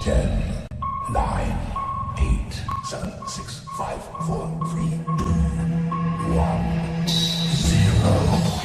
10, 9, 8, 7, 6, 5, 4, 3, 2, 1, 0.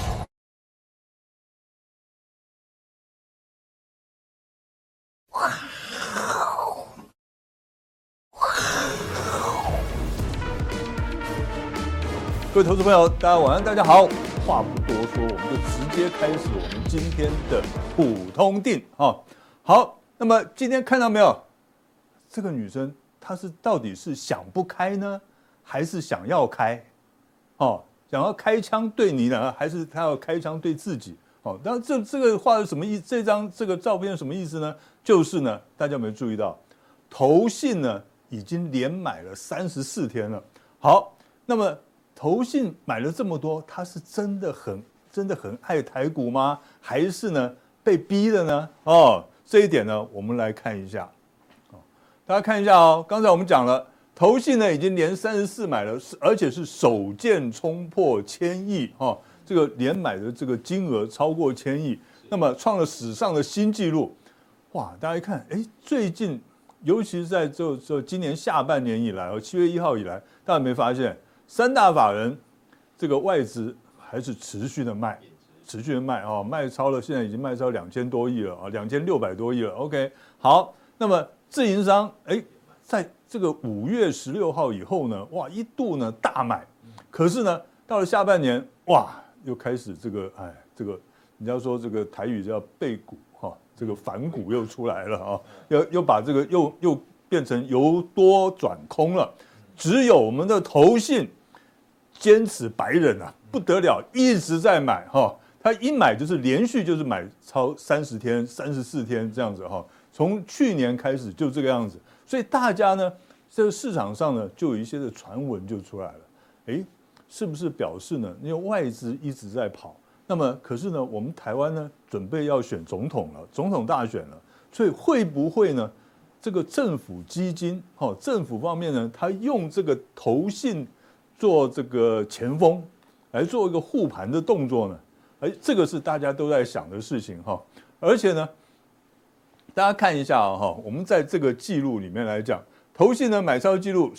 各位投资朋友，大家晚安，大家好。话不多说，我们就直接开始我们今天的普通定啊。好，那么今天看到没有？这个女生她到底是想不开呢，还是想要开？哦，想要开枪对你呢，还是她要开枪对自己？哦，那这个话是什么意思？这个照片是什么意思呢？就是呢，大家有没有注意到，投信呢已经连买了34天了。好，那么投信买了这么多，他是真的很爱台股吗？还是呢被逼的呢？哦，这一点呢，我们来看一下。大家看一下哦，刚才我们讲了，投信呢已经连34买了，而且是首见冲破1000亿哦，这个连买的这个金额超过1000亿，那么创了史上的新纪录。哇，大家一看，哎，最近尤其是在今年下半年以来7月1号以来，大家没发现？三大法人这个外资还是持续的卖啊，卖超了，现在已经卖超2000多亿了啊，2600多亿了。OK， 好，那么自营商在这个5月16号以后呢，哇，一度呢大买，可是呢到了下半年，哇，又开始这个人家说这个台语叫背股哈，这个反股又出来了啊，又把这个又变成由多转空了。只有我们的投信坚持白忍啊，不得了，一直在买哈。他一买就是连续就是买超30天、34天这样子哈。从去年开始就这个样子，所以大家呢，这个市场上呢就有一些的传闻就出来了，是不是表示呢？因为外资一直在跑，那么可是呢，我们台湾呢准备要选总统了，总统大选了，所以会不会呢？这个政府基金，政府方面呢，他用这个投信做这个前锋，来做一个护盘的动作呢？这个是大家都在想的事情哈。而且呢，大家看一下哈，我们在这个记录里面来讲，投信的买超记录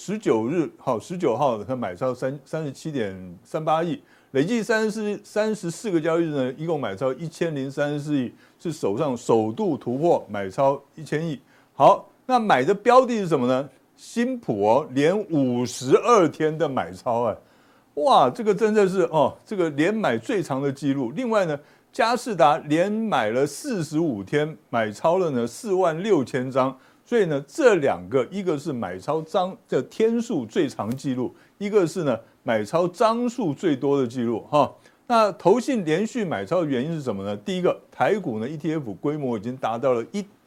，19号他买超37.38亿，累计34个交易日呢，一共买超1034亿，是手上首度突破买超1000亿。好。那买的标的是什么呢？新普哦，连52天的买超哇，这个真的是这个连买最长的记录。另外呢，佳世达连买了45天，买超了呢46000张。所以呢，这两个一个是买超张的天数最长记录，一个是呢买超张数最多的记录哈。那投信连续买超的原因是什么呢？第一个，台股呢 ETF 规模已经达到了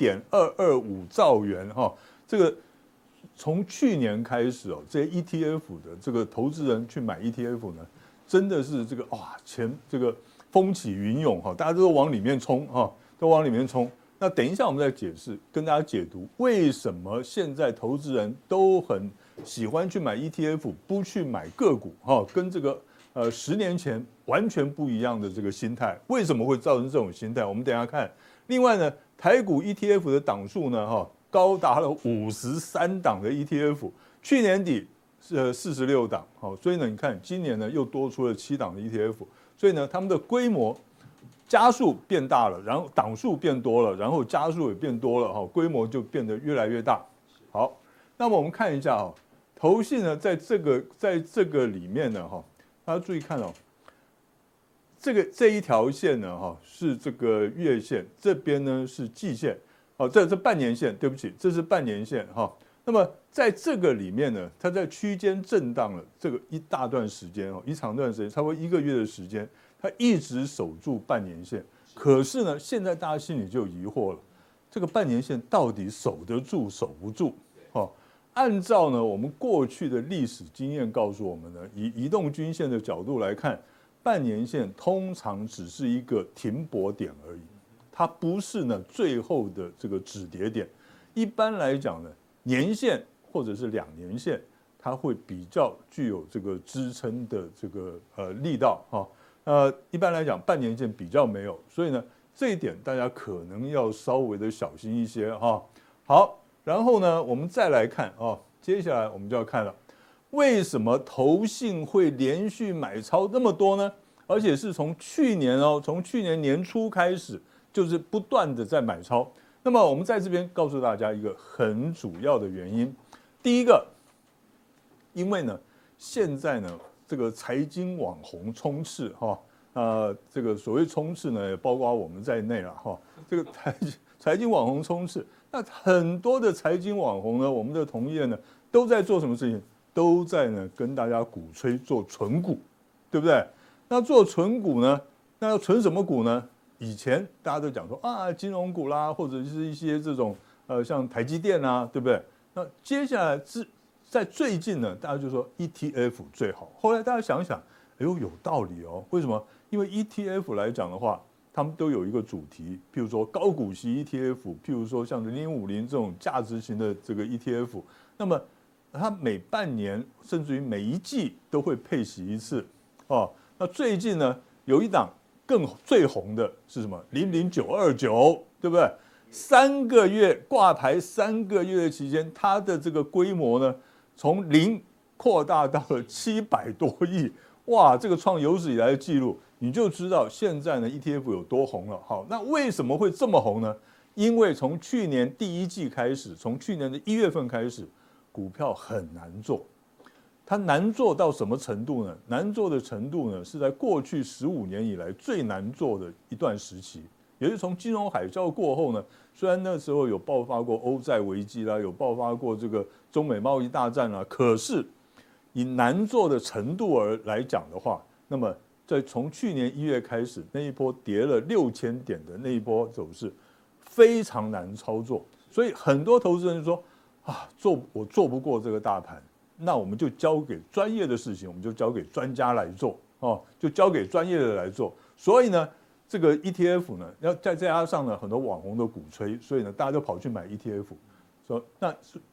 1.225兆元哈。这个从去年开始这些 ETF 的这个投资人去买 ETF 呢，真的是这个这个风起云涌哈，大家都往里面冲哈，都往里面冲。那等一下我们再解释，跟大家解读为什么现在投资人都很喜欢去买 ETF， 不去买个股哈，跟这个10年前完全不一样的这个心态，为什么会造成这种心态？我们等一下看。另外呢，台股 ETF 的档数呢，高达了53档的 ETF， 去年底是46档，所以呢，你看今年呢又多出了7档的 ETF， 所以呢，他们的规模家数变大了，然后档数变多了，然后家数也变多了，规模就变得越来越大。好，那么我们看一下投信呢，在这个里面呢，大家注意看这一条线呢，是这个月线，这边呢是季线，这半年线，对不起，这是半年线哈。那么在这个里面呢，它在区间震荡了这个一大段时间一长段时间，差不多1个月的时间，它一直守住半年线。可是呢，现在大家心里就有疑惑了，这个半年线到底守得住守不住？按照呢我们过去的历史经验告诉我们呢，以移动均线的角度来看，半年线通常只是一个停泊点而已，它不是呢最后的这个止跌点。一般来讲呢，年线或者是2年线，它会比较具有这个支撑的这个力道一般来讲半年线比较没有，所以呢这一点大家可能要稍微的小心一些好。 然后呢，我们再来看接下来我们就要看了，为什么投信会连续买超那么多呢？而且是从去年年初开始，就是不断的在买超。那么我们在这边告诉大家一个很主要的原因，第一个，因为呢，现在呢，这个财经网红冲刺这个所谓冲刺呢，也包括我们在内了这个财经网红冲刺，那很多的财经网红呢，我们的同业呢，都在做什么事情？都在呢跟大家鼓吹做存股，对不对？那做存股呢，那要存什么股呢？以前大家都讲说金融股啦，或者是一些这种像台积电啊，对不对？那接下来在最近呢，大家就说 ETF 最好。后来大家想想，哎呦，有道理哦。为什么？因为 ETF 来讲的话，他们都有一个主题，譬如说高股息 ETF， 譬如说像0050这种价值型的这个 ETF， 那么它每半年甚至于每一季都会配息一次那最近呢，有一档最红的是什么？00929，对不对？3个月挂牌3个月的期间，它的这个规模呢，从0扩大到了700多亿，哇，这个创有史以来的记录，你就知道现在呢 ETF 有多红了。好，那为什么会这么红呢？因为从去年第一季开始，从去年的1月份开始，股票很难做。它难做到什么程度呢？难做的程度呢，是在过去15年以来最难做的一段时期。也就是从金融海啸过后呢，虽然那时候有爆发过欧债危机啦，有爆发过这个中美贸易大战啦，可是以难做的程度来讲的话，那么从去年1月开始那一波跌了6000点的那一波走势，非常难操作。所以很多投资人就说我做不过这个大盘。那我们就交给专业的事情，我们就交给专家来做就交给专业的来做。所以呢，这个 ETF 呢，要再加上呢很多网红的鼓吹，所以呢大家都跑去买 ETF。那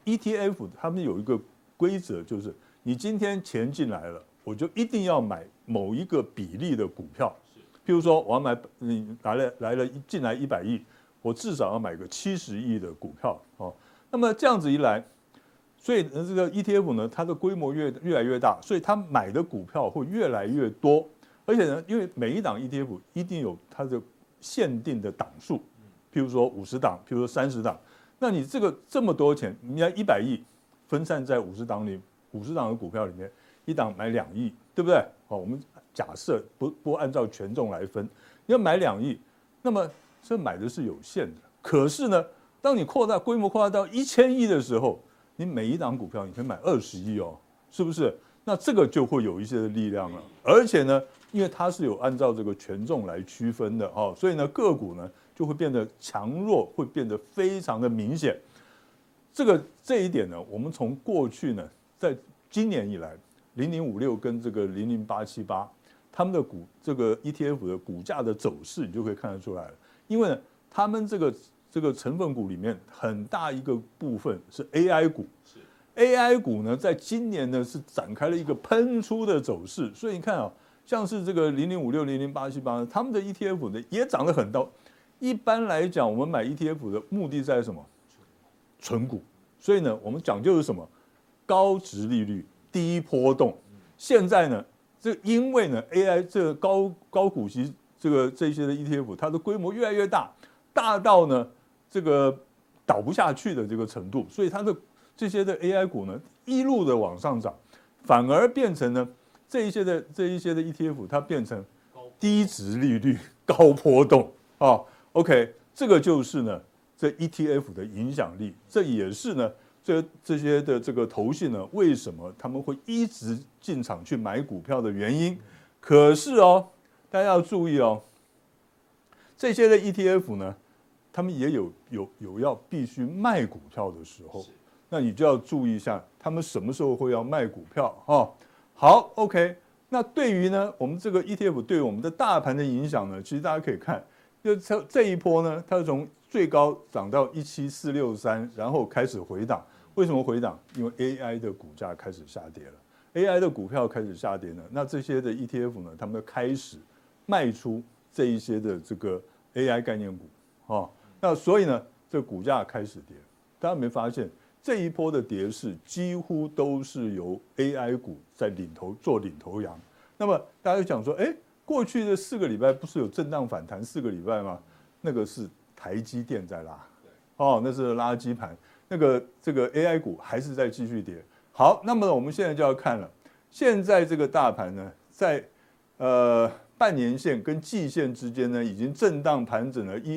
ETF 他们有一个规则，就是你今天钱进来了，我就一定要买某一个比例的股票。譬如说，我要买你来了进来100亿，我至少要买个70亿的股票那么这样子一来。所以这个 ETF 呢，它的规模越来越大，所以它买的股票会越来越多，而且呢，因为每一档 ETF 一定有它的限定的档数，譬如说50档，譬如说30档，那你这么多钱，你要100亿分散在50档的股票里面，一档买2亿，对不对？我们假设不按照权重来分，你要买2亿，那么这买的是有限的。可是呢，当你规模扩大到1000亿的时候，你每一档股票你可以买20亿是不是？那这个就会有一些的力量了。而且呢，因为它是有按照这个权重来区分的所以呢，个股呢就会变得强弱会变得非常的明显。这一点呢，我们从过去呢，在今年以来，0056跟这个00878，他们的这个 ETF 的股价的走势，你就可以看得出来了。因为呢，他们这个成分股里面很大一个部分是 AI 股，AI 股呢，在今年呢是展开了一个喷出的走势，所以你看像是这个0056、00878，他们的 ETF 呢也涨得很高。一般来讲，我们买 ETF 的目的在什么？存股。所以呢，我们讲究是什么？高殖利率、低波动。现在呢，因为呢 AI 这个高股息这些的 ETF， 它的规模越来越大到呢这个倒不下去的这个程度，所以它的这些的 AI 股呢一路的往上涨，反而变成呢这一些的 ETF 它变成低殖利率、高波动OK， 这个就是呢这 ETF 的影响力，这也是呢这些的这个投信呢为什么他们会一直进场去买股票的原因。可是大家要注意这些的 ETF 呢，他们也有要必须卖股票的时候，那你就要注意一下，他们什么时候会要卖股票好 ，OK， 那对于呢我们这个 ETF 对我们的大盘的影响呢，其实大家可以看，就这一波呢，它是从最高涨到17463，然后开始回档。为什么回档？因为 AI 的股价开始下跌了 ，AI 的股票开始下跌呢，那这些的 ETF 呢，他们开始卖出这一些的这个 AI 概念股那所以呢，这股价开始跌。 大家没发现这一波的跌势几乎都是由 AI 股在做领头羊。那么大家就讲说，过去的4个礼拜不是有震荡反弹4个礼拜吗？那个是台积电在拉，那是垃圾盘。这个 AI 股还是在继续跌。好，那么我们现在就要看了，现在这个大盘呢，在半年线跟季线之间呢，已经震荡盘整了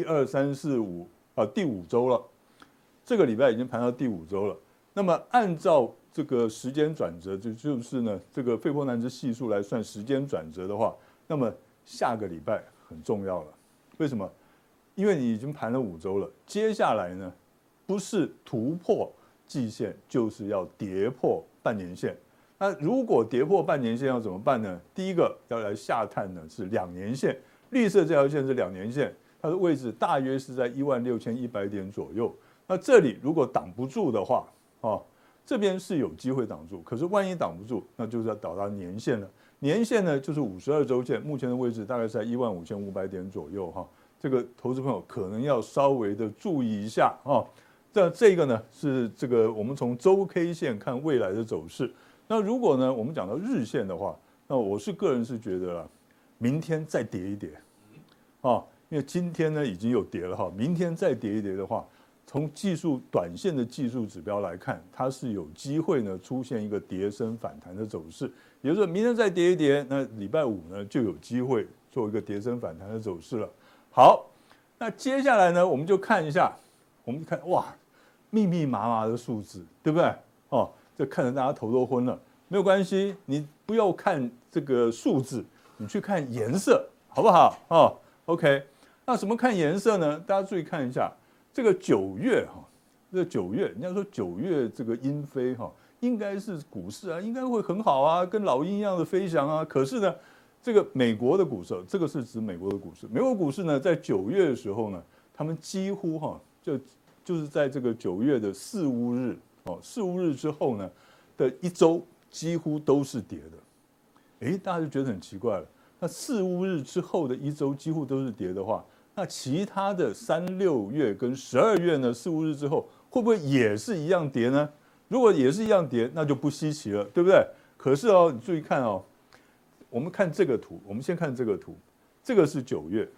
1、2、3、4、5第5周了。这个礼拜已经盘到第5周了。那么按照这个时间转折，就是呢这个费波那契系数来算时间转折的话，那么下个礼拜很重要了。为什么？因为你已经盘了5周了，接下来呢，不是突破季线，就是要跌破半年线。那如果跌破半年线要怎么办呢？第一个要来下探呢是2年线，绿色这条线是2年线，它的位置大约是在16100点左右。那这里如果挡不住的话，这边是有机会挡住，可是万一挡不住，那就是要到达年线了。年线呢就是52周线，目前的位置大概是在15500点左右这个投资朋友可能要稍微的注意一下这个呢是这个我们从周 K 线看未来的走势。那如果呢我们讲到日线的话，那我个人是觉得明天再跌一跌因为今天呢已经有跌了明天再跌一跌的话，从短线的技术指标来看，它是有机会呢出现一个跌升反弹的走势。也就是说明天再跌一跌，那礼拜5呢就有机会做一个跌升反弹的走势了。好，那接下来呢我们就看一下，我们看哇，密密麻麻的数字，对不对？这看得大家头都昏了。没有关系，你不要看这个数字，你去看颜色，好不好？OK， 那什么看颜色呢？大家注意看一下，这个9月这个9月，人家说9月这个鹰飞应该是股市应该会很好啊，跟老鹰一样的飞翔啊。可是呢，这个美国的股市，这个是指美国的股市。美国股市呢，在9月的时候呢，他们几乎就是在这个9月的4、5日4、5日之后呢的一周，几乎都是跌的。大家就觉得很奇怪了。那4、5日之后的一周几乎都是跌的话，那其他的3、6月跟12月呢，4、5日之后会不会也是一样跌呢？如果也是一样跌，那就不稀奇了，对不对？可是你注意看我们看这个图，我们先看这个图，这个是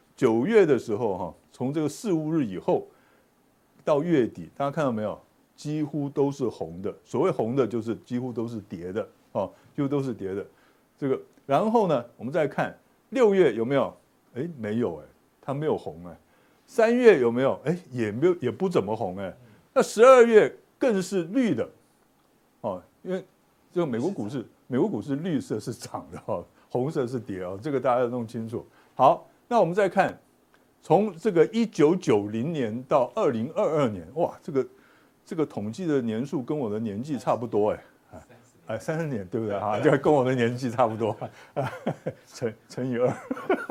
9月的时候从这个4、5日以后到月底，大家看到没有？几乎都是红的。所谓红的，就是几乎都是跌的几乎都是跌的。这个，然后呢，我们再看6月有没有？没有它没有红3月有没有？也没有，也不怎么红那12月更是绿的因为这个美国股市绿色是涨的红色是跌这个大家要弄清楚。好，那我们再看从这个1990年到2022年，哇，这个统计的年数跟我的年纪差不多30年，对不对就跟我的年纪差不多乘以2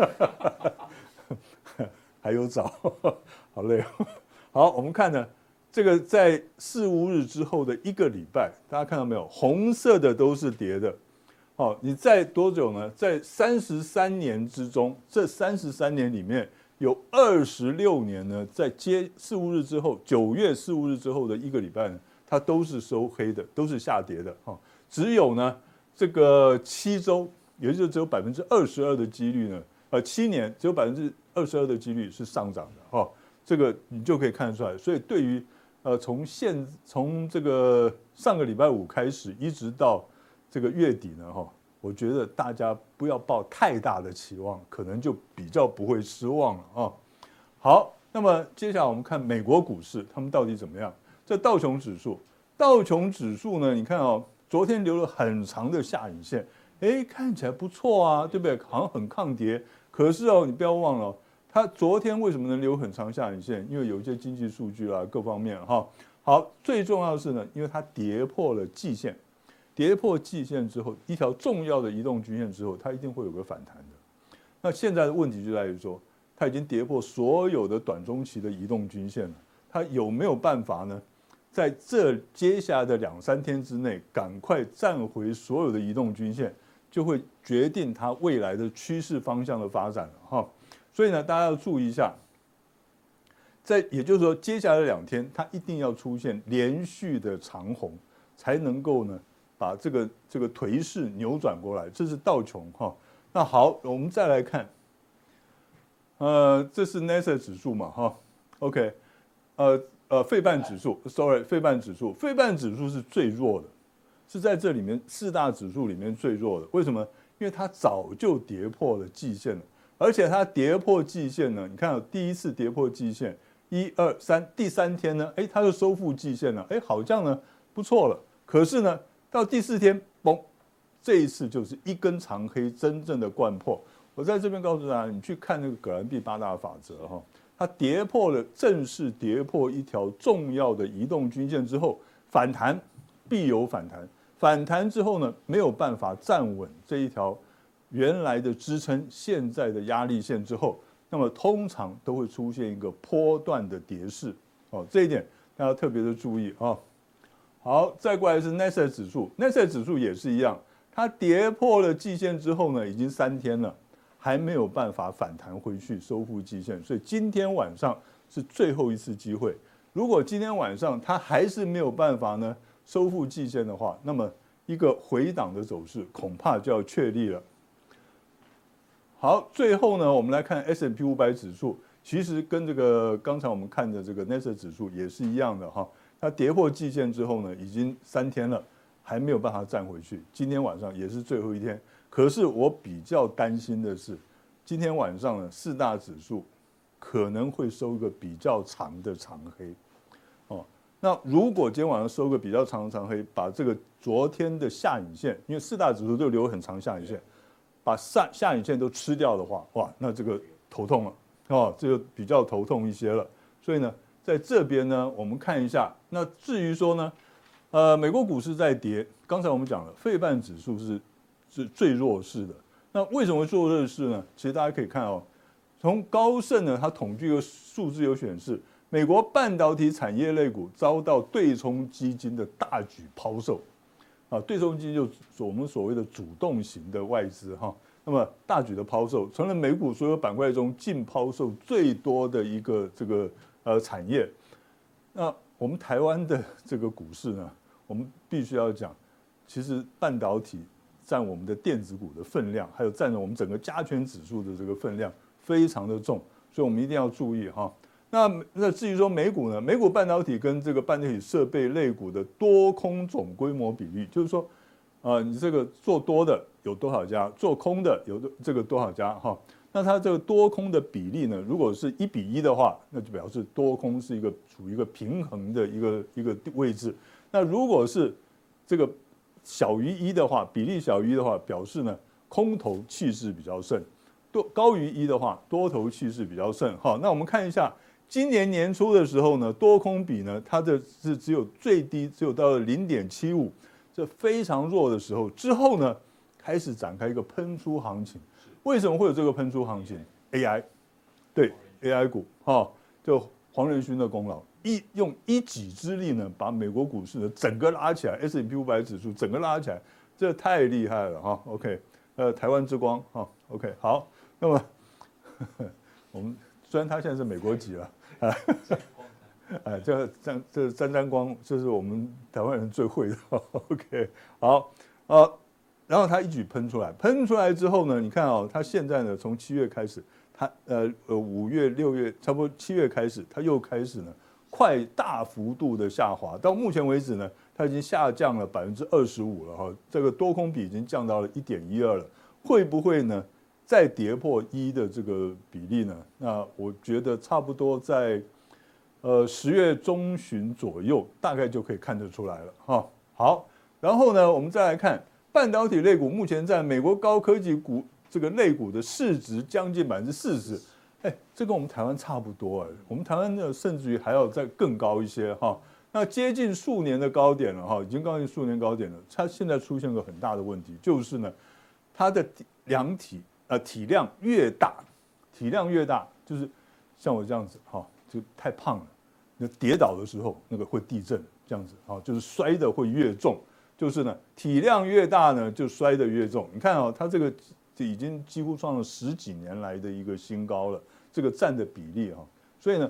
还有早好累好，我们看呢，这个在4、5日之后的1个礼拜，大家看到没有？红色的都是跌的你在多久呢？在33年之中，这33年里面有26年呢，在4、5日之后，9月4、5日之后的1个礼拜呢，它都是收黑的，都是下跌的只有呢这个7周，也就是只有22%的几率呢，7年只有22%的几率是上涨的这个你就可以看得出来。所以对于从这个上个礼拜5开始，一直到这个月底呢我觉得大家不要抱太大的期望，可能就比较不会失望了好，那么接下来我们看美国股市，他们到底怎么样？这道琼指数呢，你看昨天留了很长的下影线，看起来不错啊，对不对？好像很抗跌。可是你不要忘了它昨天为什么能留很长下影线？因为有一些经济数据啦，各方面好，最重要的是呢，因为它跌破了季线，跌破季线之后，一条重要的移动均线之后，它一定会有个反弹的。那现在的问题就在于说，它已经跌破所有的短中期的移动均线了，它有没有办法呢？在这接下来的2、3天之内，赶快站回所有的移动均线，就会决定它未来的趋势方向的发展了所以呢，大家要注意一下， 也就是说，接下来2天它一定要出现连续的长红，才能够呢把这个颓势扭转过来。这是道琼哈。那好，我们再来看，这是 NASDAQ 指数嘛哈 ，OK，费半指数 ，sorry， 费半指数是最弱的，是在这里面4大指数里面最弱的。为什么？因为它早就跌破了季线了，而且它跌破季线呢，你看第一次跌破季线，1、2、3，第3天呢，它就收复季线了，好像呢不错了。可是呢，到第4天，嘣，这一次就是一根长黑，真正的贯破。我在这边告诉大家，你去看那个葛兰碧8大法则哈。它正式跌破一条重要的移动均线之后，反弹必有反弹，反弹之后呢，没有办法站稳这一条原来的支撑，现在的压力线之后，那么通常都会出现一个波段的跌势，这一点大家特别的注意啊。好，再过来是 NASDAQ 指数，NASDAQ 指数也是一样，它跌破了季线之后呢，已经3天了。还没有办法反弹回去收复季线，所以今天晚上是最后一次机会。如果今天晚上它还是没有办法呢收复季线的话，那么一个回档的走势恐怕就要确立了。好，最后呢，我们来看 S&P 500指数，其实跟这个刚才我们看的这个 NASDAQ 指数也是一样的哈。它跌破季线之后呢，已经3天了，还没有办法站回去。今天晚上也是最后一天。可是我比较担心的是，今天晚上呢，4大指数可能会收一个比较长的长黑，那如果今天晚上收个比较长的长黑，把这个昨天的下影线，因为4大指数都留很长下影线，把下影线都吃掉的话，哇，那这个头痛了，这个比较头痛一些了。所以呢，在这边呢，我们看一下。那至于说呢，美国股市在跌，刚才我们讲了，费半指数是最弱势的。那为什么最弱势呢？其实大家可以看从高盛呢，它统计的数字有显示，美国半导体产业类股遭到对冲基金的大举抛售。对冲基金就是我们所谓的主动型的外资哈。那么大举的抛售，成了美股所有板块中净抛售最多的一个产业。那我们台湾的这个股市呢，我们必须要讲，其实半导体占我们的电子股的分量，还有占了我们整个加权指数的这个分量非常的重，所以我们一定要注意哈。那至于说美股呢，美股半导体跟这个半导体设备类股的多空总规模比率，就是说，你这个做多的有多少家，做空的有这个多少家哈。那它这个多空的比例呢，如果是1:1的话，那就表示多空是处于一个平衡的一个位置。那如果是这个小于1的话，比例小于1的话，表示呢空头气势比较盛；高于1的话，多头气势比较盛。好，那我们看一下，今年年初的时候呢，多空比呢，它的是最低只有到了0.75，这非常弱的时候。之后呢，开始展开一个喷出行情。为什么会有这个喷出行情 ？AI， 对 AI 股，就黄仁勋的功劳。用一己之力呢，把美国股市呢整个拉起来 ，S&P 500指数整个拉起来，这太厉害了哈。OK， 台湾之光哈。OK， 好，那么我们虽然他现在是美国籍了，这沾光，这是我们台湾人最会的。OK， 好然后他一举喷出来之后呢，你看他现在呢从7月开始，他5月、6月，差不多7月开始，他又开始呢大幅度的下滑，到目前为止呢，它已经下降了25%了哈，这个多空比已经降到了1.12了，会不会呢再跌破1的这个比例呢？那我觉得差不多在10月中旬左右，大概就可以看得出来了哈。好，然后呢，我们再来看。半导体类股目前在美国高科技股这个类股的市值将近40%，这跟我们台湾差不多我们台湾呢甚至于还要再更高一些哈。那接近数年的高点了哈，已经接近数年高点了。它现在出现个很大的问题，就是呢，它的体量越大，就是像我这样子哈，就太胖了，那跌倒的时候那个会地震这样子哈，就是摔的会越重。就是呢，体量越大呢，就摔得越重。你看它这个已经几乎创了10几年来的一个新高了，这个占的比例所以呢，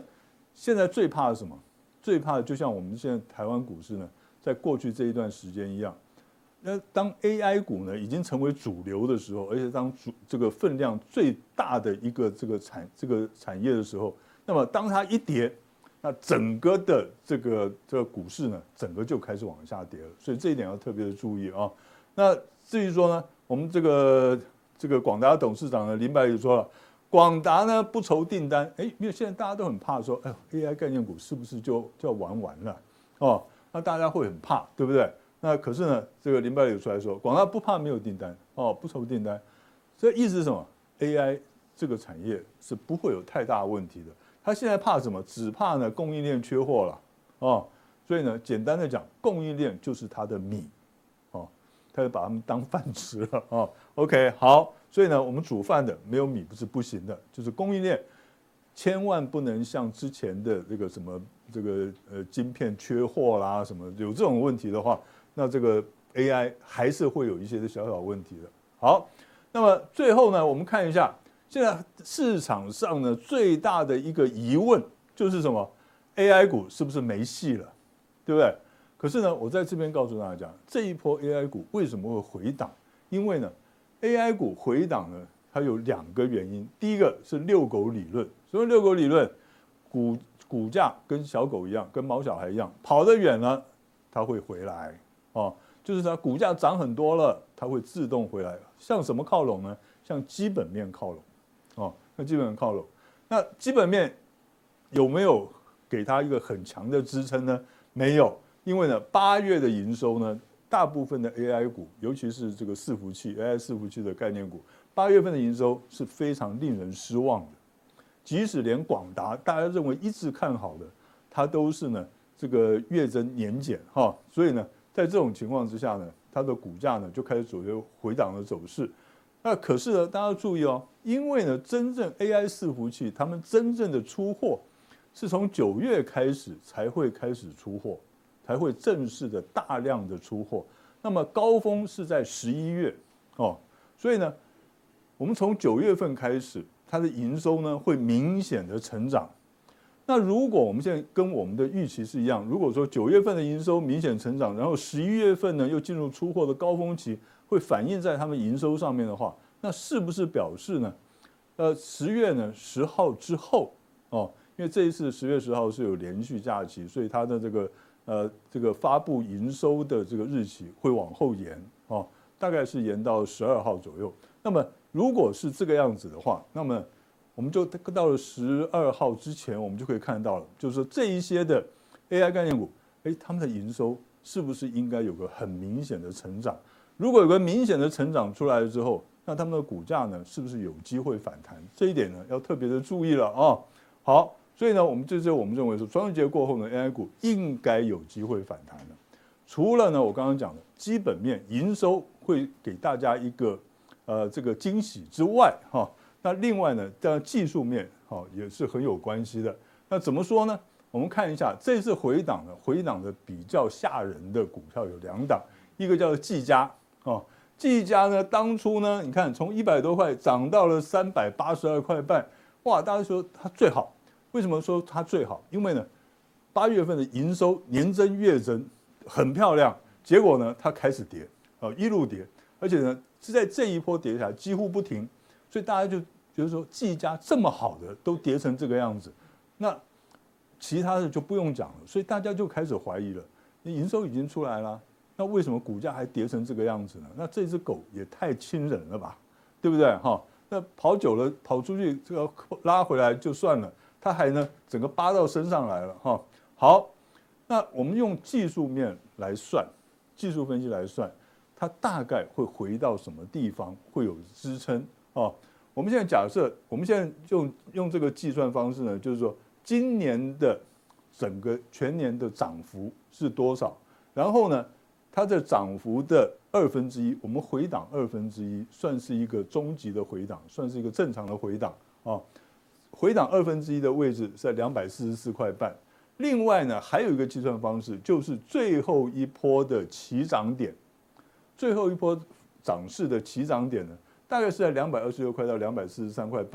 现在最怕的是什么？最怕的就像我们现在台湾股市呢，在过去这一段时间一样。那当 AI 股呢已经成为主流的时候，而且当这个分量最大的一个这个产业的时候，那么当它一跌，那整个的这个股市呢，整个就开始往下跌了。所以这一点要特别的注意啊。那至于说呢，我们这个广达董事长呢林百里说了，广达呢不愁订单，因为现在大家都很怕说，AI 概念股是不是就要玩完了哦？那大家会很怕，对不对？那可是呢，这个林百里出来说，广达不怕没有订单哦，不愁订单，这意思是什么 ？AI 这个产业是不会有太大问题的。他现在怕什么？只怕呢供应链缺货了哦。所以呢，简单的讲，供应链就是他的米哦，他就把他们当饭吃了哦。OK， 好，所以呢，我们煮饭的没有米不是不行的，就是供应链千万不能像之前的这个什么晶片缺货啦什么有这种问题的话。那这个 AI 还是会有一些小小问题的。好，那么最后呢，我们看一下现在市场上呢最大的一个疑问就是什么 ？AI 股是不是没戏了？对不对？可是呢，我在这边告诉大家，这一波 AI 股为什么会回档？因为呢 ，AI 股回档呢，它有2个原因。第一个是遛狗理论，所谓遛狗理论，股价跟小狗一样，跟毛小孩一样，跑得远了，它会回来。哦，就是它股价涨很多了，它会自动回来。向什么靠拢呢？向基本面靠拢。哦，向基本面靠拢。那基本面有没有给它一个很强的支撑呢？没有，因为呢，8月的营收呢，大部分的 AI 股，尤其是这个伺服器 AI 伺服器的概念股，8月份的营收是非常令人失望的。即使连广达大家认为一直看好的，它都是呢这个月增年减哈，所以呢。在这种情况之下呢，它的股价呢就开始走回档的走势。那可是呢，大家注意哦，因为呢，真正 AI 伺服器他们真正的出货是从9月开始才会开始出货，才会正式的大量的出货。那么高峰是在11月哦，所以呢，我们从9月份开始，它的营收呢会明显的成长。那如果我们现在跟我们的预期是一样，如果说9月份的营收明显成长，然后11月份呢又进入出货的高峰期，会反映在他们营收上面的话，那是不是表示呢？10月呢10号之后哦，因为这一次10月10号是有连续假期，所以它的这个发布营收的这个日期会往后延哦，大概是延到12号左右。那么如果是这个样子的话，那么我们就到了12号之前，我们就可以看到了，就是说这一些的 AI 概念股，他们的营收是不是应该有个很明显的成长？如果有个明显的成长出来之后，那他们的股价呢，是不是有机会反弹？这一点呢，要特别的注意了啊。好，所以呢，我们认为说，双节过后呢 ，AI 股应该有机会反弹了。除了呢，我刚刚讲的基本面营收会给大家一个这个惊喜之外，哈。那另外呢，在技术面也是很有关系的。那怎么说呢？我们看一下这次回档的比较吓人的股票有2档，一个叫做技嘉技嘉呢，当初呢，你看从100多块涨到了382块半，哇！大家说它最好，为什么说它最好？因为呢，8月份的营收年增月增很漂亮，结果呢，它开始跌一路跌，而且呢是在这一波跌下来几乎不停。所以大家就觉得说，技嘉这么好的都跌成这个样子，那其他的就不用讲了。所以大家就开始怀疑了，你营收已经出来了，那为什么股价还跌成这个样子呢？那这只狗也太亲人了吧，对不对？哈，那跑久了，跑出去这个拉回来就算了，它还呢整个扒到身上来了哈。好，那我们用技术面来算，技术分析来算，它大概会回到什么地方会有支撑？我们现在假设，我们现在用这个计算方式呢，就是说今年的整个全年的涨幅是多少？然后呢，它的涨幅的1/2，我们回档1/2，算是一个中级的回档，算是一个正常的回档啊。回档1/2的位置是在244块半。另外呢，还有一个计算方式，就是最后一波的起涨点，最后一波涨势的起涨点呢？大概是在226块到243块半，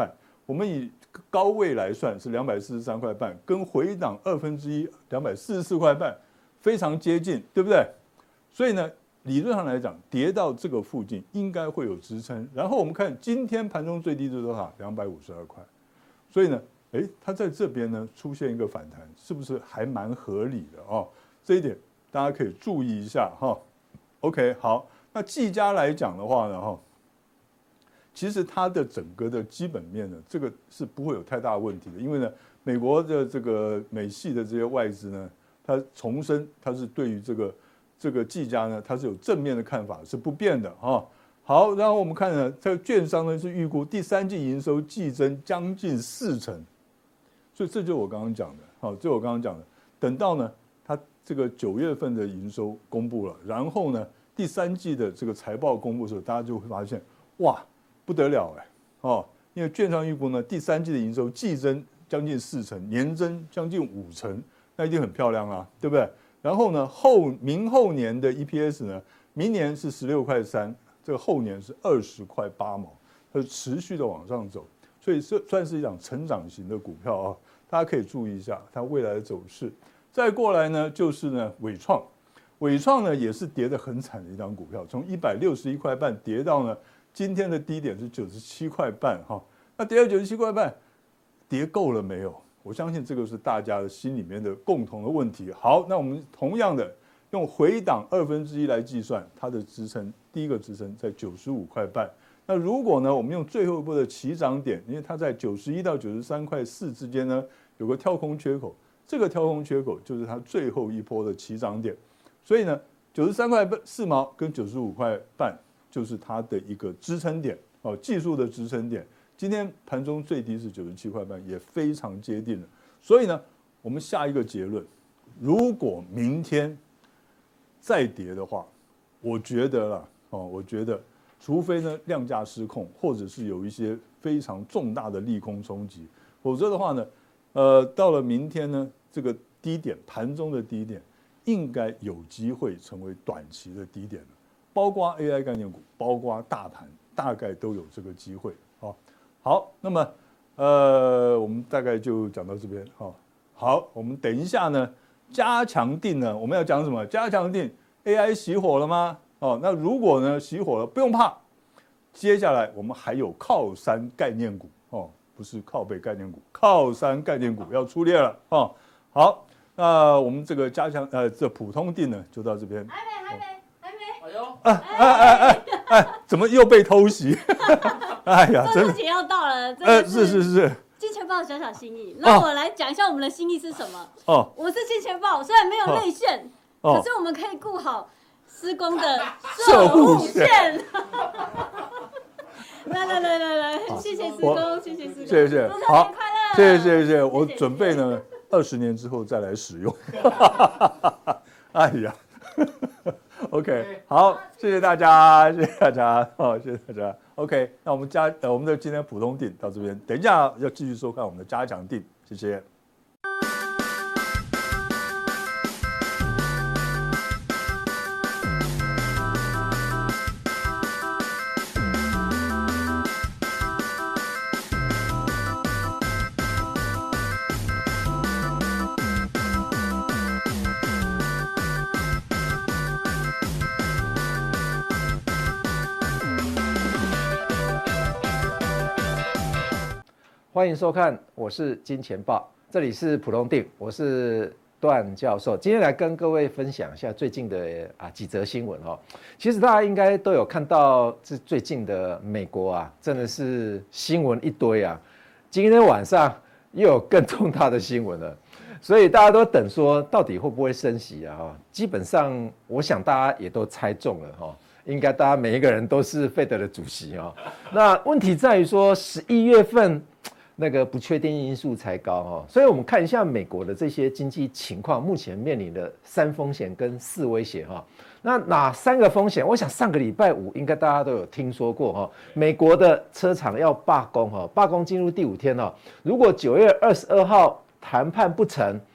我们以高位来算是243块半，跟回档1/2 244块半非常接近，对不对？所以呢，理论上来讲，跌到这个附近应该会有支撑。然后我们看今天盘中最低是多少？252块。所以呢，它在这边呢出现一个反弹，是不是还蛮合理的哦？这一点大家可以注意一下哈。OK， 好，那技嘉来讲的话呢，哈，其实它的整个的基本面呢，这个是不会有太大的问题的，因为呢，美国的这个美系的这些外资呢，它重申它是对于这个技嘉呢，它是有正面的看法，是不变的哈。好，然后我们看呢，这个券商呢是预估第3季营收季增将近40%，所以这就是我刚刚讲的，好，这我刚刚讲的，等到呢，它这个9月份的营收公布了，然后呢，第3季的这个财报公布的时候，大家就会发现，哇，不得了哦，因为券商预估呢，第3季的营收季增将近40%，年增将近50%，那一定很漂亮啊，对不对？然后呢，明后年的 EPS 呢，明年是16.3块，这个后年是20.8块，它是持续的往上走，所以这算是一档成长型的股票啊，大家可以注意一下它未来的走势。再过来呢，就是呢伟创呢也是跌得很惨的一档股票，从161块半跌到呢今天的低点是97块半哈，那跌到97块半，跌够了没有？我相信这个是大家的心里面的共同的问题。好，那我们同样的用回档1/2来计算，它的支撑，第一个支撑在95块半。那如果呢，我们用最后一波的起涨点，因为它在91到93块4之间呢有个跳空缺口，这个跳空缺口就是它最后一波的起涨点，所以呢93块4毛跟95块半就是它的一个支撑点哦，技术的支撑点。今天盘中最低是97块半，也非常接近了。所以呢，我们下一个结论：如果明天再跌的话，我觉得啦，我觉得除非呢量价失控，或者是有一些非常重大的利空冲击，否则的话呢，到了明天呢，这个低点盘中的低点应该有机会成为短期的低点了，包括 AI 概念股，包括大盘，大概都有这个机会。好，那么我们大概就讲到这边。好，我们等一下呢，加强定呢，我们要讲什么？加强定 AI 熄火了吗？那如果呢熄火了，不用怕，接下来我们还有靠山概念股不是靠北概念股，靠山概念股要出列了好，那我们这个加强这普通定呢就到这边。还没。哎呦！怎么又被偷袭？哎呀， 中秋节要到了， 是。 金钱豹小小心意，那我来讲一下我们的心意是什么。我是金钱豹，虽然没有内线，可是我们可以顾好施工的射护线。来，谢谢施工，谢谢施工， 谢谢， 中秋节快乐，谢谢，我准备呢20年之后再来使用。哎呀。OK， 好，谢谢大家，谢谢大家。OK， 那我们的今天普通定到这边，等一下要继续收看我们的加强定，谢谢。 欢迎收看，我是金钱豹，这里是普通定，我是段教授。今天来跟各位分享一下最近的几则新闻哦。其实大家应该都有看到，这最近的美国真的是新闻一堆啊。今天晚上又有更重大的新闻了，所以大家都等说到底会不会升息啊？基本上我想大家也都猜中了哈。应该大家每一个人都是Fed的主席那问题在于说11月份。那个不确定因素才高所以我们看一下美国的这些经济情况，目前面临的3风险跟4威胁那哪3个风险？我想上个礼拜5应该大家都有听说过美国的车厂要罢工罢工进入第5天如果9月22号谈判不成，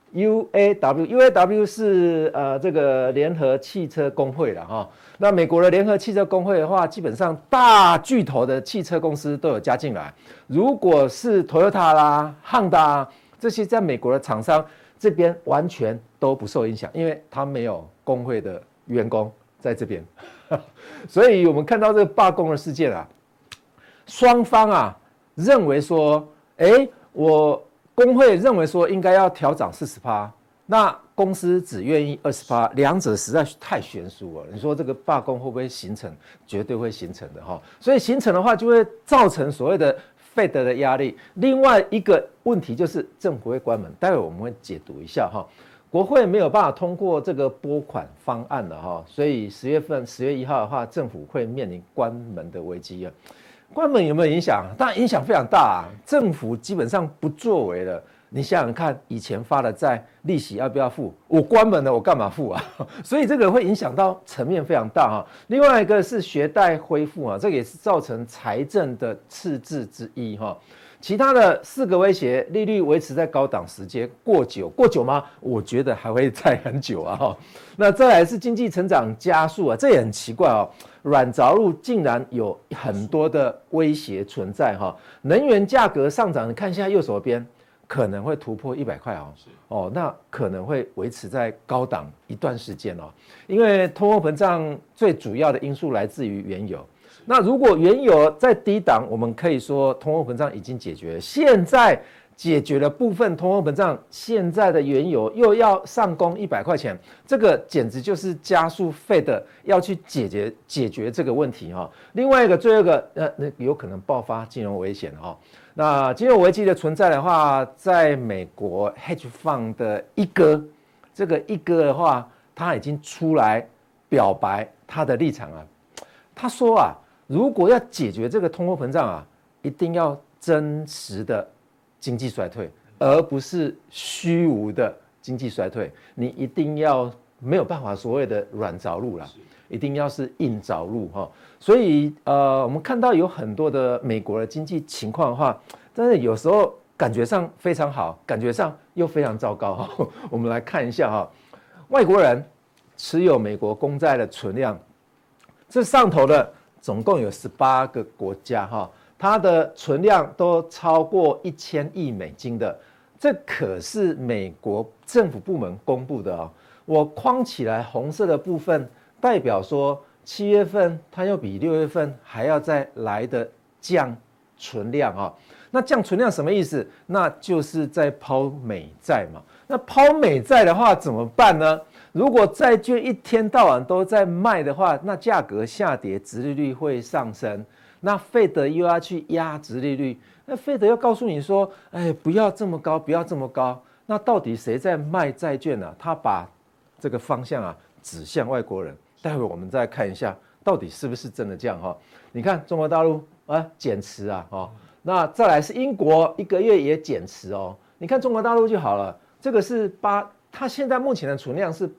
UAW 是这个联合汽车工会了哈。那美国的联合汽车工会的话，基本上大巨头的汽车公司都有加进来。如果是 Toyota 啦、Honda 这些在美国的厂商这边完全都不受影响，因为他没有工会的员工在这边。所以我们看到这个罢工的事件啊，双方啊认为说，我工会认为说应该要调涨40%，那公司只愿意20%，两者实在太悬殊了。你说这个罢工会不会形成？绝对会形成的哈。所以形成的话，就会造成所谓的Fed的压力。另外一个问题就是政府会关门，待会我们会解读一下哈。国会没有办法通过这个拨款方案了哈，所以10月1号的话，政府会面临关门的危机啊。关门有没有影响？当然影响非常大啊！政府基本上不作为了。你想想看，以前发的债利息要不要付？我关门了，我干嘛付啊？所以这个会影响到层面非常大哈。另外一个是学贷恢复啊，这个也是造成财政的赤字之一哈。其他的4个威胁，利率维持在高档时间过久吗？我觉得还会再很久啊哈。那再来是经济成长加速啊，这也很奇怪哦。软着陆竟然有很多的威胁存在哈。能源价格上涨，你看现在右手边可能会突破100块哦，那可能会维持在高档一段时间哦。因为通货膨胀最主要的因素来自于原油。那如果原油在低档，我们可以说通货膨胀已经解决。现在解决了部分通货膨胀，现在的原油又要上攻100块钱，这个简直就是加速Fed要去解决这个问题哈。另外一个，最后一个，那有可能爆发金融危险哈。那金融危机的存在的话，在美国 hedge fund 的一哥，这个一哥的话，他已经出来表白他的立场啊。他说啊，如果要解决这个通货膨胀啊，一定要真实的经济衰退，而不是虚无的经济衰退。你一定要没有办法所谓的软着陆啦，一定要是硬着陆哈。所以我们看到有很多的美国的经济情况的话，但是有时候感觉上非常好，感觉上又非常糟糕哈。我们来看一下哈，外国人持有美国公债的存量，这上头的总共有18个国家哈。它的存量都超过1000亿美金的，这可是美国政府部门公布的哦。我框起来红色的部分，代表说7月份它又比6月份还要再来的降存量啊。那降存量什么意思？那就是在抛美债嘛。那抛美债的话怎么办呢？如果债券一天到晚都在卖的话，那价格下跌，殖利率会上升。那Fed又要去压殖利率，那Fed要告诉你说，不要这么高，不要这么高。那到底谁在卖债券呢？他把这个方向啊指向外国人。待会我们再看一下，到底是不是真的这样哈？你看中国大陆减持啊，那再来是英国1个月也减持哦。你看中国大陆就好了，这个是它现在目前的存量是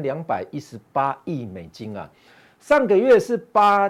8218亿美金啊。上个月是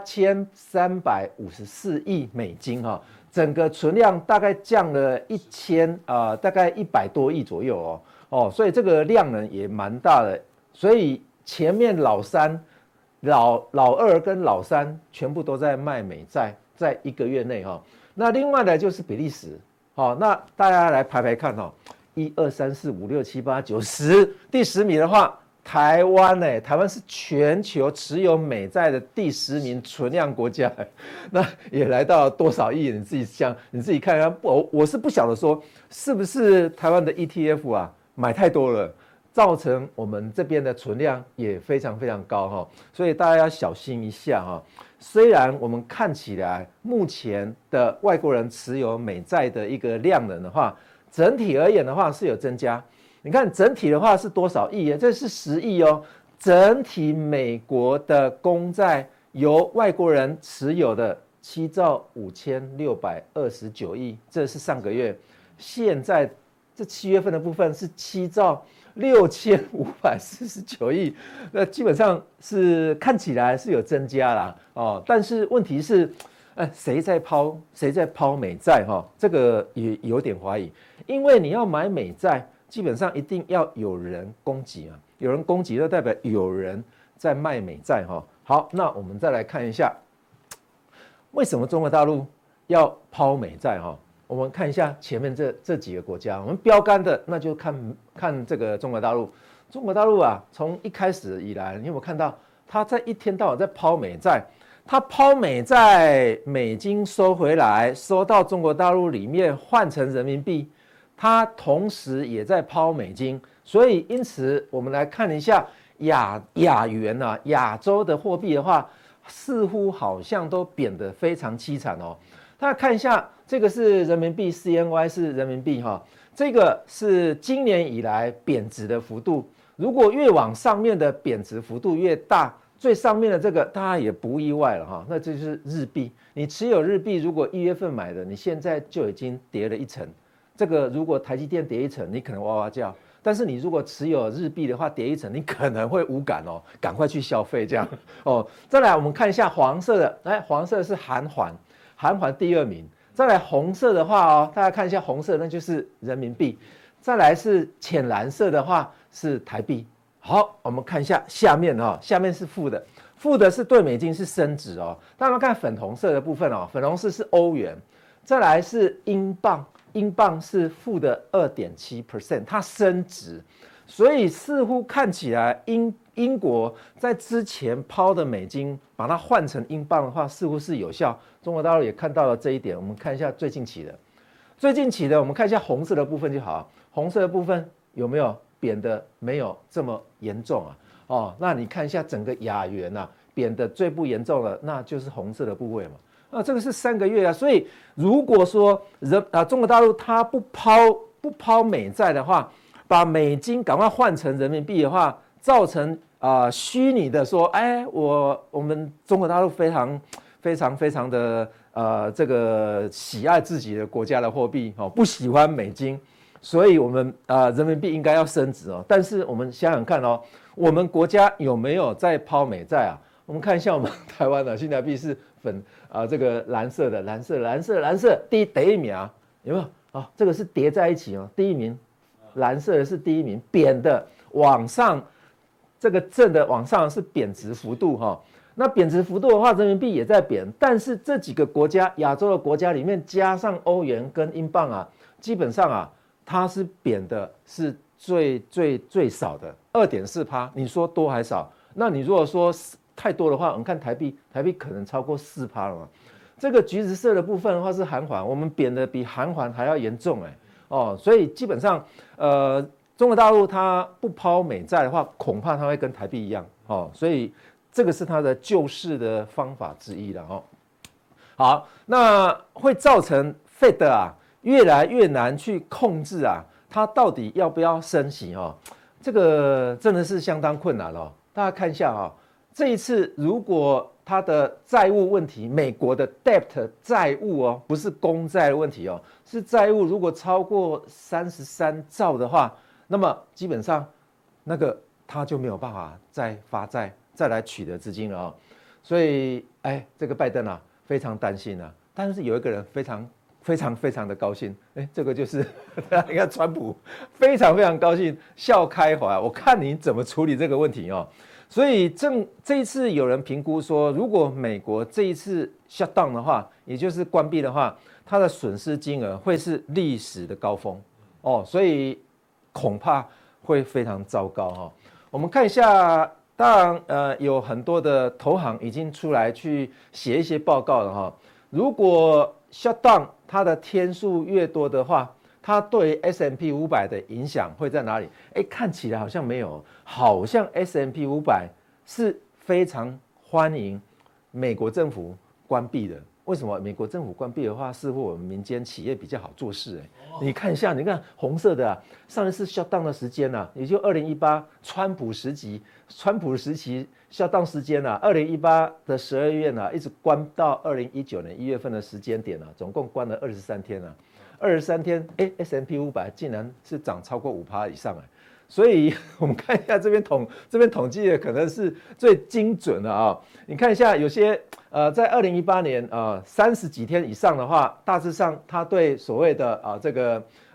8354亿美金哈，整个存量大概降了大概100多亿左右哦，所以这个量呢也蛮大的，所以前面老二跟老三全部都在卖美债，在1个月内哈。那另外的就是比利时，那大家来排看哈，1、2、3、4、5、6、7、8、9、10，第10名的话。台湾台湾是全球持有美债的第10名存量国家，那也来到多少亿？你自己看看。我是不晓得说是不是台湾的 ETF 啊买太多了，造成我们这边的存量也非常非常高哈，所以大家要小心一下哈。虽然我们看起来目前的外国人持有美债的一个量能的话，整体而言的话是有增加。你看整体的话是多少亿？这是10亿哦。整体美国的公债由外国人持有的7兆5629亿，这是上个月。现在这7月份的部分是7兆6549亿，那基本上是看起来是有增加啦哦。但是问题是，谁在抛美债哈？这个也有点怀疑，因为你要买美债。 基本上一定要有人供给啊，有人供给就代表有人在卖美债哈。好，那我们再来看一下，为什么中国大陆要抛美债哈？我们看一下前面这几个国家，我们标杆的那就看这个中国大陆。中国大陆啊，从一开始以来，你有没有看到他在一天到晚在抛美债？他抛美债，美金收回来，收到中国大陆里面换成人民币，他同时也在抛美金，所以因此我们来看一下亚元啊，亚洲的货币的话，似乎好像都贬得非常凄惨哦。大家看一下，这个是人民币 ，CNY 是人民币哈，这个是今年以来贬值的幅度。如果越往上面的贬值幅度越大，最上面的这个大家也不意外了哈，那这就是日币。你持有日币，如果1月份买的，你现在就已经跌了1成。这个如果台积电跌1成，你可能哇哇叫；但是你如果持有日币的话，跌1成，你可能会无感哦，赶快去消费这样哦。再来，我们看一下黄色的，来，黄色是韩环第2名。再来红色的话哦，大家看一下红色，那就是人民币。再来是浅蓝色的话是台币。好，我们看一下下面哦，下面是负的是对美金是升值哦。大家看粉红色的部分哦，粉红色是欧元，再来是英镑是负的 2.7%， 它升值，所以似乎看起来英国在之前抛的美金把它换成英镑的话，似乎是有效。中国大陆也看到了这一点，我们看一下最近期的，我们看一下红色的部分就好，红色的部分有没有贬的没有这么严重啊？哦，那你看一下整个亚元啊，贬的最不严重的那就是红色的部位嘛。这个是3个月啊，所以如果说中国大陆它不抛美债的话，把美金赶快换成人民币的话，造成虚拟的说，哎，我们中国大陆非常的这个喜爱自己的国家的货币哦，不喜欢美金。所以我们人民币应该要升值哦，但是我们想想看哦，我们国家有没有在抛美债啊？我们看一下我们台湾的新台币是这个蓝色第一名啊，有没有啊？这个是叠在一起哦，第一名蓝色的是第一名，贬的往上，这个正的往上是贬值幅度哈。那贬值幅度的话，人民币也在贬，但是这几个国家亚洲的国家里面加上欧元跟英镑啊，基本上啊。它是贬的是最少的 2.4%， 你说多还少？那你如果说太多的话，我们看台币可能超过 4% 了嘛。这个橘子色的部分的话是韩环，我们贬的比韩环还要严重所以基本上中国大陆它不抛美债的话，恐怕它会跟台币一样所以这个是它的救市的方法之一了好，那会造成 Fed 啊。越来越难去控制啊，它到底要不要升息这个真的是相当困难了大家看一下这一次如果它的债务问题，美国的 debt 债务不是公债的问题是债务如果超过33兆的话，那么基本上那个它就没有办法再发债再来取得资金了所以这个拜登啊非常担心啊，但是有一个人非常的高兴，这个就是你看川普非常高兴，笑开怀。我看你怎么处理这个问题所以这一次有人评估说，如果美国这一次 shut down 的话，也就是关闭的话，它的损失金额会是历史的高峰所以恐怕会非常糟糕我们看一下，当然有很多的投行已经出来去写一些报告了如果 shut down 它的天数越多的话，它对 S&P 500的影响会在哪里？看起来好像没有，好像 S&P 500是非常欢迎美国政府关闭的。为什么美国政府关闭的话，似乎我们民间企业比较好做事你看一下，你看红色的上一次 shut down 的时间也就2018川普时期 shut down 时间2018的12月一直关到2019年1月份的时间点总共关了23天23天S&P 500竟然是涨超过 5% 以上所以我们看一下这边统计的可能是最精准的你看一下有些在2018年30几天以上的话，大致上它对所谓的这个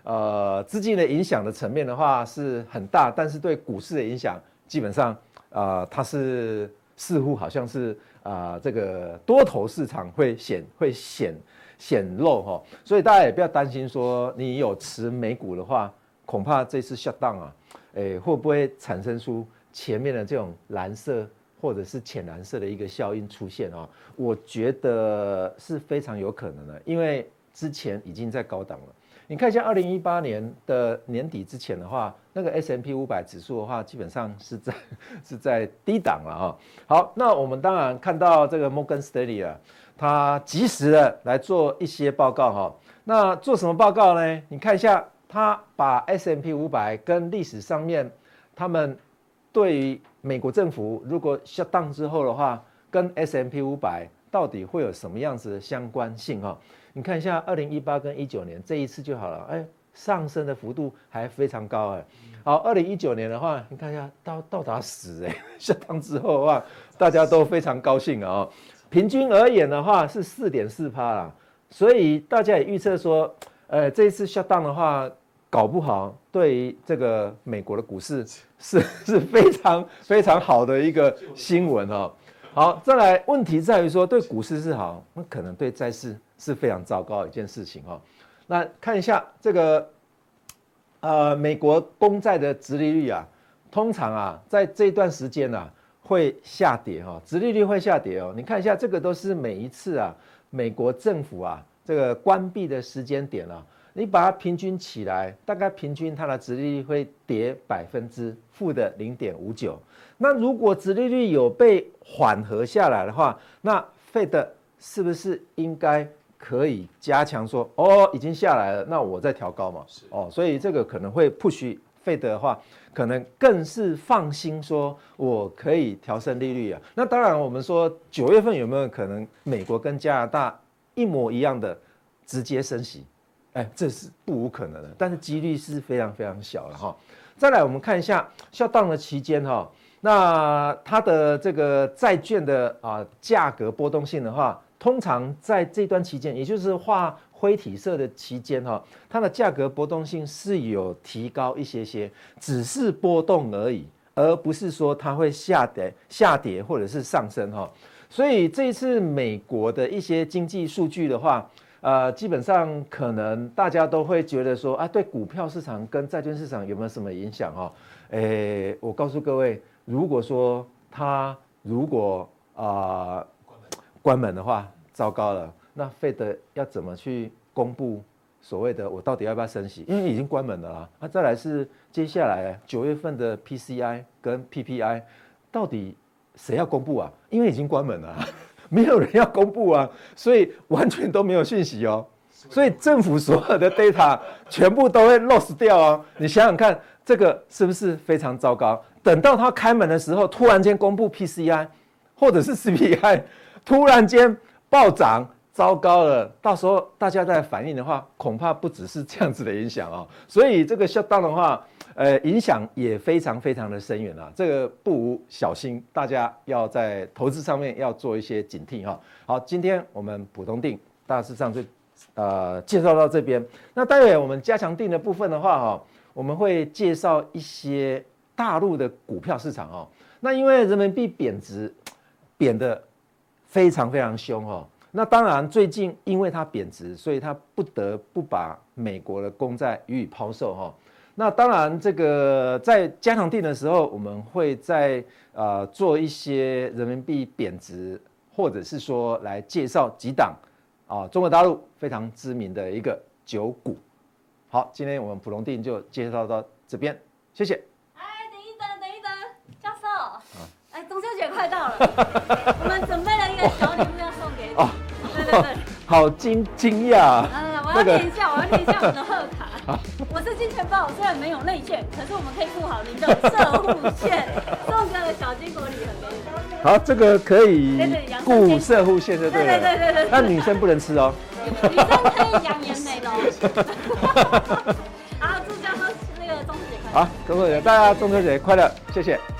资金的影响的层面的话是很大，但是对股市的影响基本上它是似乎好像是这个多头市场会显露哈，所以大家也不要担心说你有持美股的话，恐怕这次 shutdown 会不会产生出前面的这种蓝色或者是浅蓝色的一个效应出现啊？我觉得是非常有可能的，因为之前已经在高档了。你看一下2018年的年底之前的话，那个 S&P 500指数的话，基本上是在低档了哈。好，那我们当然看到这个 Morgan Stanley 啊，他及时的来做一些报告哈。那做什么报告呢？你看一下，他把 S&P 500跟历史上面他们对于美国政府如果 shut down 之后的话，跟 S&P 500到底会有什么样子的相关性哈？你看一下2018跟19年这一次就好了，上升的幅度还非常高好，2019年的话，你看一下到达10shut down之后的话，大家都非常高兴啊平均而言的话是4.4%啦，所以大家也预测说，这一次 shut down 的话，搞不好对于这个美国的股市是非常非常好的一个新闻哦。好，再来问题在于说，对股市是好，那可能对债市是非常糟糕的一件事情哦。那看一下这个美国公债的殖利率啊，通常在这一段时间会下跌殖利率会下跌哦。你看一下，这个都是每一次美国政府这个关闭的时间点你把它平均起来，大概平均它的殖利率会跌负的0.59%。那如果殖利率有被缓和下来的话，那 Fed 是不是应该可以加强说，已经下来了，那我再调高嘛？所以这个可能会 push Fed 的话，可能更是放心说，我可以调升利率那当然，我们说9月份有没有可能美国跟加拿大一模一样的直接升息？这是不无可能的，但是几率是非常非常小的再来，我们看一下shutdown的期间那它的这个债券的价格波动性的话，通常在这段期间，也就是画灰体色的期间它的价格波动性是有提高一些，只是波动而已，而不是说它会下跌或者是上升所以这一次美国的一些经济数据的话，基本上可能大家都会觉得说对股票市场跟债券市场有没有什么影响我告诉各位，如果说它如果关门的话，糟糕了，那 Fed 要怎么去公布所谓的我到底要不要升息？因为已经关门了啦。再来是接下来9月份的 PCI 跟 PPI 到底谁要公布因为已经关门了没有人要公布所以完全都没有讯息所以政府所有的 data 全部都会 lost 掉你想想看，这个是不是非常糟糕？等到他开门的时候，突然间公布 PCI 或者是 CPI， 突然间暴涨，糟糕了！到时候大家再反应的话，恐怕不只是这样子的影响所以这个 shutdown 的话，影响也非常非常的深远这个不无小心，大家要在投资上面要做一些警惕好，今天我们普通定大致上就介绍到这边。那待会我们加强定的部分的话我们会介绍一些大陆的股票市场那因为人民币贬得非常非常凶那当然最近因为它贬值，所以它不得不把美国的公债予以抛售那当然这个在加强定的时候，我们会在做一些人民币贬值，或者是说来介绍几档中国大陆非常知名的一个酒股。好，今天我们普通定就介绍到这边，谢谢。 等一等，教授，中秋节快到了，我们准备了一个小礼物要送给你。对， 好惊讶。 我要念一下我们的贺卡。我是金钱豹，虽然没有内线，可是我们可以顾好您的摄护线，送个小坚果礼盒给你。 好，这个可以顾摄护线就对了。 对。 那女生不能吃女生可以养颜美容。好，祝教授那个中秋节快乐。 好，中秋节大家中秋节快乐，谢谢。